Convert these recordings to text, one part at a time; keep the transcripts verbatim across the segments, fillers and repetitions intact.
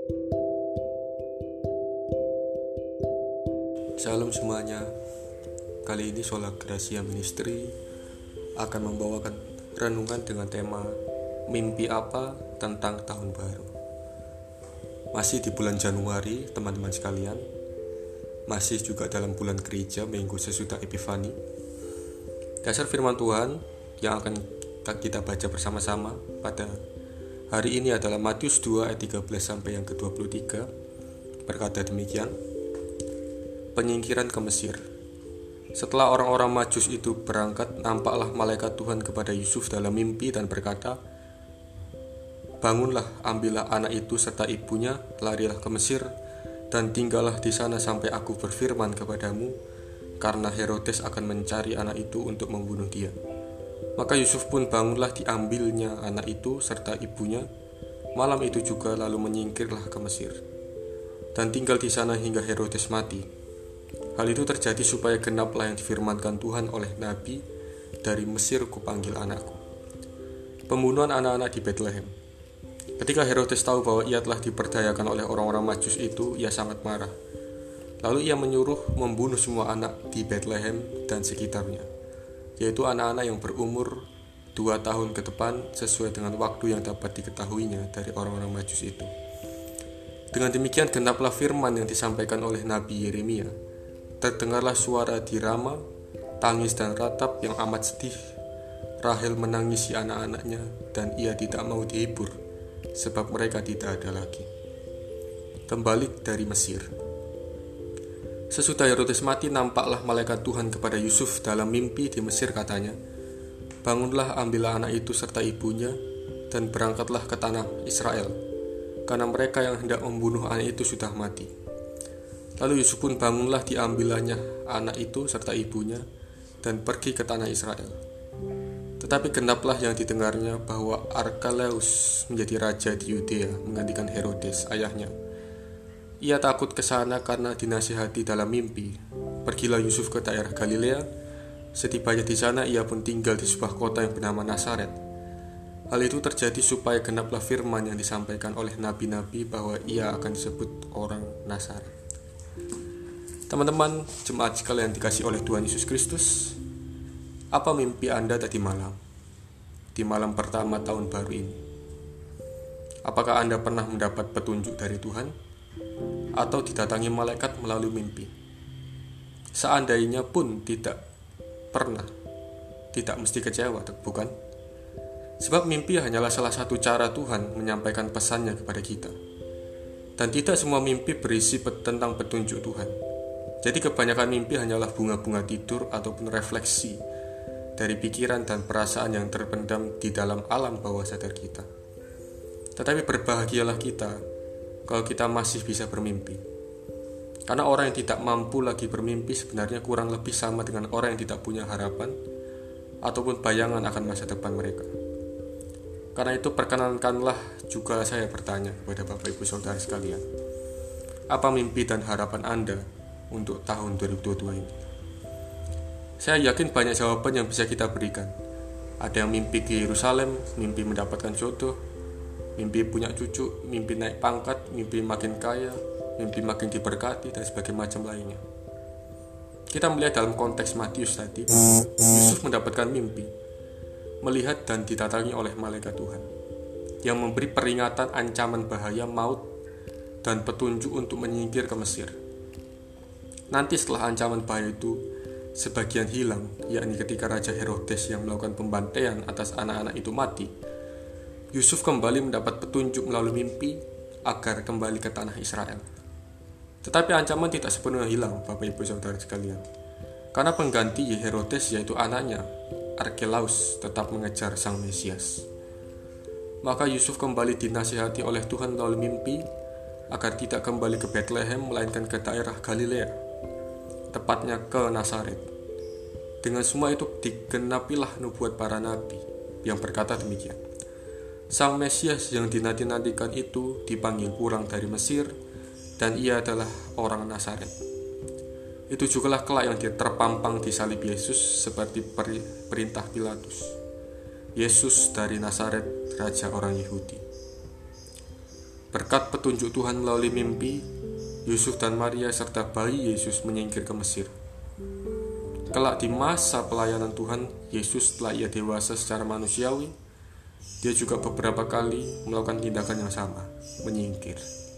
Shalom semuanya. Kali ini Sola Gracia Ministry akan membawakan renungan dengan tema Mimpi apa tentang tahun baru. Masih di bulan Januari, teman-teman sekalian. Masih juga dalam bulan gereja minggu sesudah Epifani. Dasar firman Tuhan yang akan kita baca bersama-sama pada hari ini adalah Matius dua ayat tiga belas sampai yang ke dua puluh tiga. Berkata demikian: Penyingkiran ke Mesir. Setelah orang-orang Majus itu berangkat, nampaklah malaikat Tuhan kepada Yusuf dalam mimpi dan berkata, Bangunlah, ambillah anak itu serta ibunya, larilah ke Mesir, dan tinggallah di sana sampai aku berfirman kepadamu, karena Herodes akan mencari anak itu untuk membunuh dia. Maka Yusuf pun bangunlah, diambilnya anak itu serta ibunya, malam itu juga, lalu menyingkirlah ke Mesir, dan tinggal di sana hingga Herodes mati. Hal itu terjadi supaya genaplah yang difirmankan Tuhan oleh Nabi, dari Mesir kupanggil anakku. Pembunuhan anak-anak di Betlehem. Ketika Herodes tahu bahwa ia telah diperdayakan oleh orang-orang Majus itu, ia sangat marah. Lalu ia menyuruh membunuh semua anak di Betlehem dan sekitarnya, yaitu anak-anak yang berumur dua tahun ke depan, sesuai dengan waktu yang dapat diketahuinya dari orang-orang Majus itu. Dengan demikian genaplah firman yang disampaikan oleh Nabi Yeremia. Terdengarlah suara di Rama, tangis dan ratap yang amat sedih. Rahel menangisi anak-anaknya, dan ia tidak mau dihibur, sebab mereka tidak ada lagi. Kembali dari Mesir. Sesudah Herodes mati, nampaklah malaikat Tuhan kepada Yusuf dalam mimpi di Mesir, katanya, Bangunlah, ambillah anak itu serta ibunya, dan berangkatlah ke tanah Israel, karena mereka yang hendak membunuh anak itu sudah mati. Lalu Yusuf pun bangunlah, diambilahnya anak itu serta ibunya, dan pergi ke tanah Israel. Tetapi genaplah yang didengarnya bahwa Arkelaus menjadi raja di Yudea, menggantikan Herodes ayahnya. Ia takut ke sana karena dinasihati dalam mimpi. Pergilah Yusuf ke daerah Galilea. Setibanya di sana, ia pun tinggal di sebuah kota yang bernama Nazaret. Hal itu terjadi supaya genaplah firman yang disampaikan oleh nabi-nabi bahwa ia akan disebut orang Nazaret. Teman-teman, jemaat sekalian dikasih oleh Tuhan Yesus Kristus, apa mimpi Anda tadi malam, di malam pertama tahun baru ini? Apakah Anda pernah mendapat petunjuk dari Tuhan, atau didatangi malaikat melalui mimpi? Seandainya pun tidak pernah, tidak mesti kecewa, bukan? Sebab mimpi hanyalah salah satu cara Tuhan menyampaikan pesannya kepada kita. Dan tidak semua mimpi berisi tentang petunjuk Tuhan. Jadi kebanyakan mimpi hanyalah bunga-bunga tidur ataupun refleksi dari pikiran dan perasaan yang terpendam di dalam alam bawah sadar kita. Tetapi berbahagialah kita kalau kita masih bisa bermimpi. Karena orang yang tidak mampu lagi bermimpi sebenarnya kurang lebih sama dengan orang yang tidak punya harapan ataupun bayangan akan masa depan mereka. Karena itu perkenankanlah juga saya bertanya kepada Bapak Ibu Saudara sekalian, apa mimpi dan harapan Anda untuk tahun dua ribu dua puluh dua ini? Saya yakin banyak jawaban yang bisa kita berikan. Ada yang mimpi ke Yerusalem, mimpi mendapatkan jodoh, mimpi punya cucu, mimpi naik pangkat, mimpi makin kaya, mimpi makin diberkati, dan sebagainya macam lainnya. Kita melihat dalam konteks Matius tadi, Yusuf mendapatkan mimpi, melihat dan didatangi oleh malaikat Tuhan, yang memberi peringatan ancaman bahaya maut dan petunjuk untuk menyingkir ke Mesir. Nanti setelah ancaman bahaya itu sebagian hilang, yakni ketika Raja Herodes yang melakukan pembantaian atas anak-anak itu mati, Yusuf kembali mendapat petunjuk melalui mimpi agar kembali ke tanah Israel. Tetapi ancaman tidak sepenuhnya hilang, Bapak Ibu Saudara sekalian, karena pengganti Herodes, yaitu anaknya Arkelaus, tetap mengejar sang Mesias. Maka Yusuf kembali dinasihati oleh Tuhan melalui mimpi agar tidak kembali ke Betlehem, melainkan ke daerah Galilea, tepatnya ke Nazaret. Dengan semua itu digenapilah nubuat para nabi yang berkata demikian. Sang Mesias yang dinanti-nantikan itu dipanggil pulang dari Mesir, dan ia adalah orang Nazaret. Itu jugalah kelak yang terpampang di salib Yesus seperti perintah Pilatus. Yesus dari Nazaret, Raja orang Yahudi. Berkat petunjuk Tuhan melalui mimpi, Yusuf dan Maria serta bayi Yesus menyingkir ke Mesir. Kelak di masa pelayanan Tuhan Yesus setelah ia dewasa secara manusiawi, dia juga beberapa kali melakukan tindakan yang sama, menyingkir.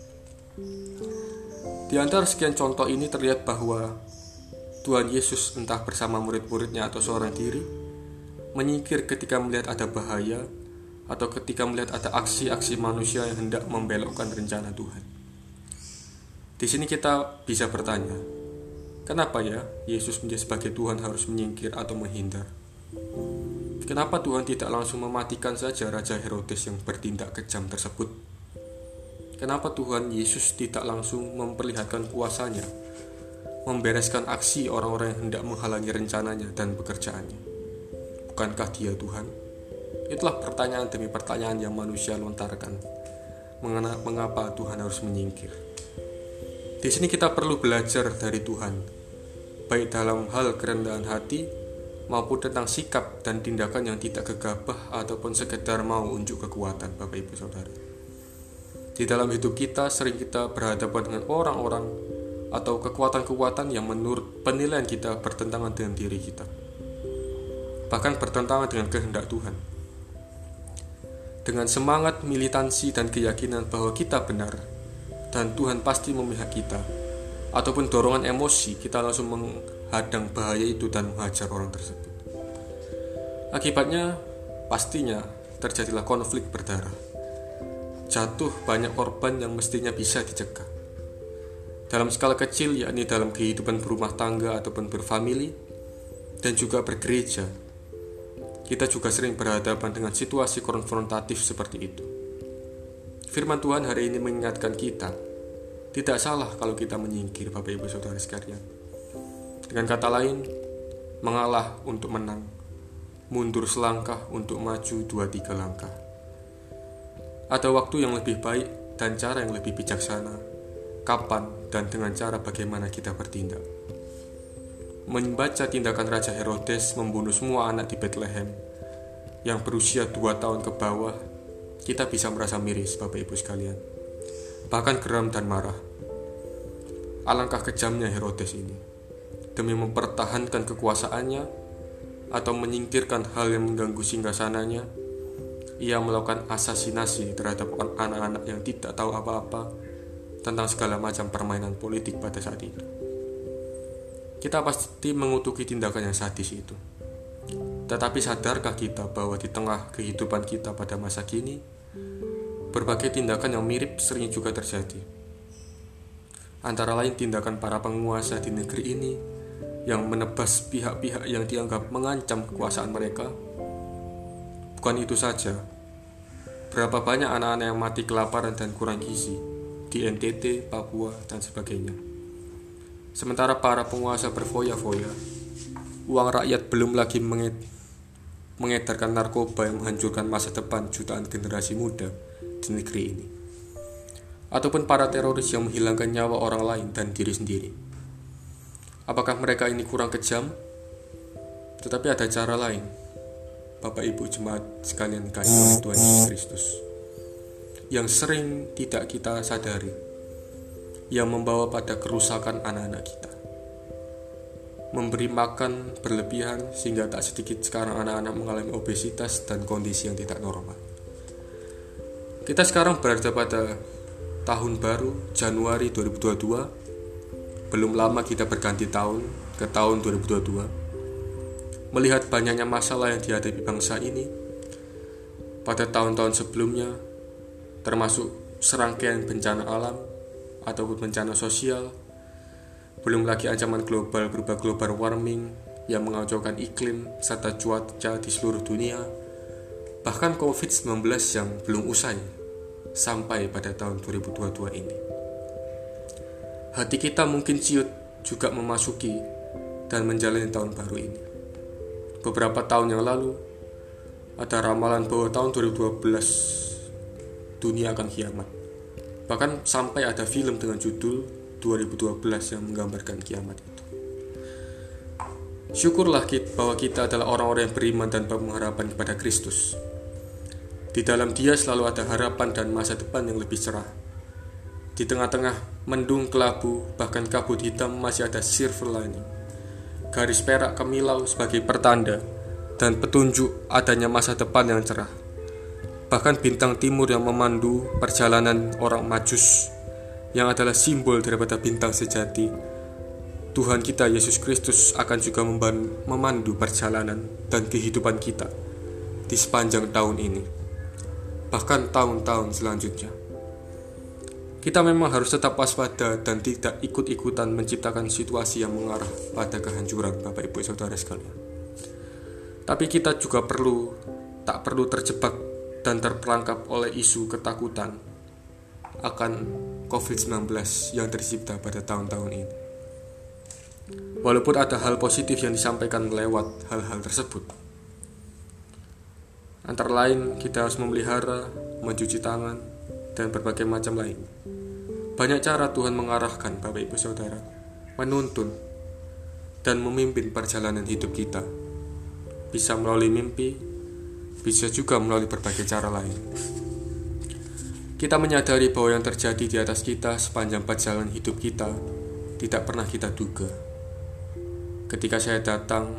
Di antara sekian contoh ini terlihat bahwa Tuhan Yesus entah bersama murid-muridnya atau seorang diri, menyingkir ketika melihat ada bahaya atau ketika melihat ada aksi-aksi manusia yang hendak membelokkan rencana Tuhan. Di sini kita bisa bertanya, kenapa ya Yesus menjadi sebagai Tuhan harus menyingkir atau menghindar? Kenapa Tuhan tidak langsung mematikan saja Raja Herodes yang bertindak kejam tersebut? Kenapa Tuhan Yesus tidak langsung memperlihatkan kuasanya, membereskan aksi orang-orang yang hendak menghalangi rencananya dan pekerjaannya? Bukankah Dia Tuhan? Itulah pertanyaan demi pertanyaan yang manusia lontarkan. Mengapa Tuhan harus menyingkir? Di sini kita perlu belajar dari Tuhan, baik dalam hal kerendahan hati maupun tentang sikap dan tindakan yang tidak gegabah ataupun sekedar mau unjuk kekuatan, Bapak Ibu Saudara. Di dalam hidup kita sering kita berhadapan dengan orang-orang atau kekuatan-kekuatan yang menurut penilaian kita bertentangan dengan diri kita, bahkan bertentangan dengan kehendak Tuhan. Dengan semangat militansi dan keyakinan bahwa kita benar dan Tuhan pasti memihak kita, ataupun dorongan emosi, kita langsung menghadang bahaya itu dan menghajar orang tersebut. Akibatnya, pastinya terjadilah konflik berdarah. Jatuh banyak korban yang mestinya bisa dicegah. Dalam skala kecil, yakni dalam kehidupan berumah tangga ataupun berfamili, dan juga bergereja, kita juga sering berhadapan dengan situasi konfrontatif seperti itu. Firman Tuhan hari ini mengingatkan kita, tidak salah kalau kita menyingkir, Bapak Ibu Saudara sekalian. Dengan kata lain, mengalah untuk menang, mundur selangkah untuk maju dua tiga langkah. Ada waktu yang lebih baik dan cara yang lebih bijaksana, kapan dan dengan cara bagaimana kita bertindak. Membaca tindakan Raja Herodes membunuh semua anak di Bethlehem yang berusia dua tahun ke bawah, kita bisa merasa miris, Bapak Ibu sekalian, bahkan geram dan marah. Alangkah kejamnya Herodes ini, demi mempertahankan kekuasaannya atau menyingkirkan hal yang mengganggu singgasananya, ia melakukan asasinasi terhadap anak-anak yang tidak tahu apa-apa tentang segala macam permainan politik pada saat itu. Kita pasti mengutuki tindakan yang sadis itu. Tetapi sadarkah kita bahwa di tengah kehidupan kita pada masa kini, berbagai tindakan yang mirip sering juga terjadi. Antara lain tindakan para penguasa di negeri ini yang menebas pihak-pihak yang dianggap mengancam kekuasaan mereka. Bukan itu saja, berapa banyak anak-anak yang mati kelaparan dan kurang gizi di N T T, Papua, dan sebagainya. Sementara para penguasa berfoya-foya, uang rakyat belum lagi mengedarkan narkoba yang menghancurkan masa depan jutaan generasi muda di negeri ini. Ataupun para teroris yang menghilangkan nyawa orang lain dan diri sendiri. Apakah mereka ini kurang kejam? Tetapi ada cara lain, Bapak Ibu jemaat sekalian kasih oleh Tuhan Yesus Kristus, yang sering tidak kita sadari, yang membawa pada kerusakan anak-anak kita. Memberi makan berlebihan sehingga tak sedikit sekarang anak-anak mengalami obesitas dan kondisi yang tidak normal. Kita sekarang berada pada tahun baru Januari dua ribu dua puluh dua. Belum lama kita berganti tahun ke tahun dua ribu dua puluh dua. Melihat banyaknya masalah yang dihadapi bangsa ini pada tahun-tahun sebelumnya, termasuk serangkaian bencana alam ataupun bencana sosial, belum lagi ancaman global berupa global warming yang mengacaukan iklim serta cuaca di seluruh dunia, bahkan covid sembilan belas yang belum usai sampai pada tahun dua ribu dua puluh dua ini. Hati kita mungkin ciut juga memasuki dan menjalani tahun baru ini. Beberapa tahun yang lalu, ada ramalan bahwa tahun dua ribu dua belas dunia akan kiamat. Bahkan sampai ada film dengan judul dua ribu dua belas yang menggambarkan kiamat itu. Syukurlah kita, bahwa kita adalah orang-orang yang beriman dan berpengharapan kepada Kristus. Di dalam Dia selalu ada harapan dan masa depan yang lebih cerah Di tengah-tengah mendung kelabu, bahkan kabut hitam, masih ada silver lining. Garis perak kemilau sebagai pertanda dan petunjuk adanya masa depan yang cerah. Bahkan bintang timur yang memandu perjalanan orang Majus, yang adalah simbol daripada bintang sejati, Tuhan kita Yesus Kristus akan juga memandu perjalanan dan kehidupan kita di sepanjang tahun ini, bahkan tahun-tahun selanjutnya. Kita memang harus tetap waspada dan tidak ikut-ikutan menciptakan situasi yang mengarah pada kehancuran, Bapak Ibu Saudara sekalian. Tapi kita juga perlu tak perlu terjebak dan terperangkap oleh isu ketakutan akan covid sembilan belas yang tercipta pada tahun-tahun ini. Walaupun ada hal positif yang disampaikan lewat hal-hal tersebut, antara lain kita harus memelihara, mencuci tangan, dan berbagai macam lain. Banyak cara Tuhan mengarahkan Bapak Ibu Saudara, menuntun dan memimpin perjalanan hidup kita. Bisa melalui mimpi, bisa juga melalui berbagai cara lain. Kita menyadari bahwa yang terjadi di atas kita sepanjang perjalanan hidup kita tidak pernah kita duga. Ketika saya datang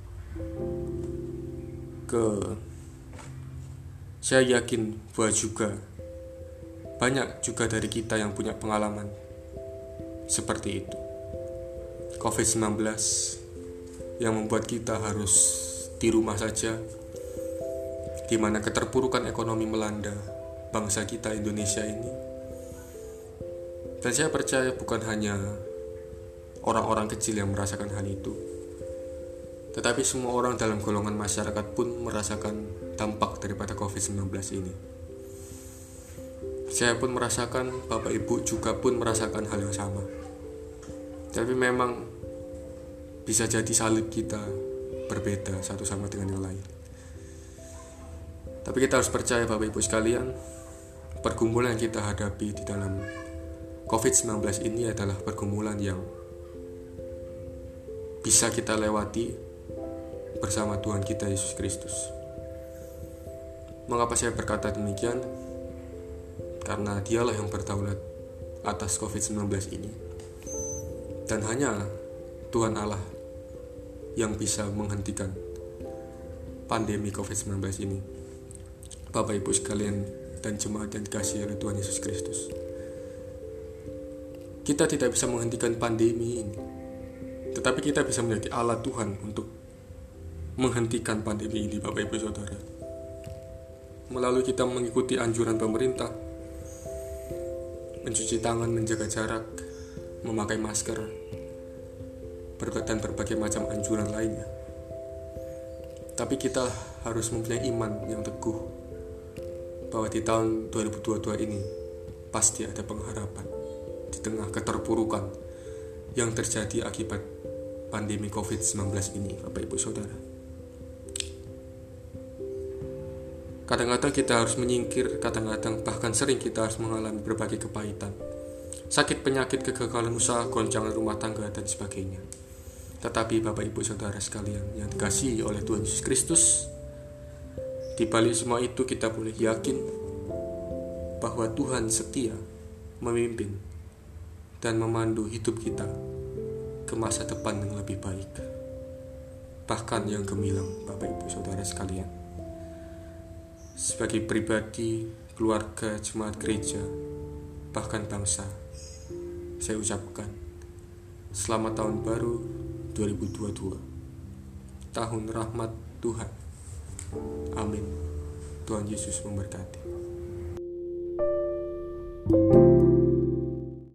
ke, saya yakin bahwa juga banyak juga dari kita yang punya pengalaman seperti itu. covid sembilan belas yang membuat kita harus di rumah saja, di mana keterpurukan ekonomi melanda bangsa kita Indonesia ini. Dan saya percaya bukan hanya orang-orang kecil yang merasakan hal itu, tetapi semua orang dalam golongan masyarakat pun merasakan dampak daripada covid sembilan belas ini. Saya pun merasakan, Bapak Ibu juga pun merasakan hal yang sama. Tapi memang bisa jadi salib kita berbeda satu sama dengan yang lain. Tapi kita harus percaya, Bapak Ibu sekalian, pergumulan yang kita hadapi di dalam covid sembilan belas ini adalah pergumulan yang bisa kita lewati bersama Tuhan kita Yesus Kristus. Mengapa saya berkata demikian? Karena dialah yang berdaulat atas covid sembilan belas ini. Dan hanya Tuhan Allah yang bisa menghentikan pandemi covid sembilan belas ini. Bapak Ibu sekalian dan jemaat yang dikasihi oleh Tuhan Yesus Kristus, kita tidak bisa menghentikan pandemi ini, tetapi kita bisa menjadi alat Tuhan untuk menghentikan pandemi ini, Bapak Ibu Saudara. Melalui kita mengikuti anjuran pemerintah, mencuci tangan, menjaga jarak, memakai masker, dan berbagai macam anjuran lainnya. Tapi kita harus mempunyai iman yang teguh bahwa di tahun dua ribu dua puluh dua ini pasti ada pengharapan di tengah keterpurukan yang terjadi akibat pandemi covid sembilan belas ini, Bapak Ibu Saudara. Kadang-kadang kita harus menyingkir, kadang-kadang bahkan sering kita harus mengalami berbagai kepahitan, sakit, penyakit, kegagalan usaha, goncangan rumah tangga, dan sebagainya. Tetapi Bapak Ibu Saudara sekalian yang dikasihi oleh Tuhan Yesus Kristus, di balik semua itu kita boleh yakin bahwa Tuhan setia memimpin dan memandu hidup kita ke masa depan yang lebih baik, bahkan yang gemilang, Bapak Ibu Saudara sekalian. Sebagai pribadi, keluarga, jemaat gereja, bahkan bangsa, saya ucapkan selamat tahun baru dua ribu dua puluh dua, tahun rahmat Tuhan. Amin. Tuhan Yesus memberkati.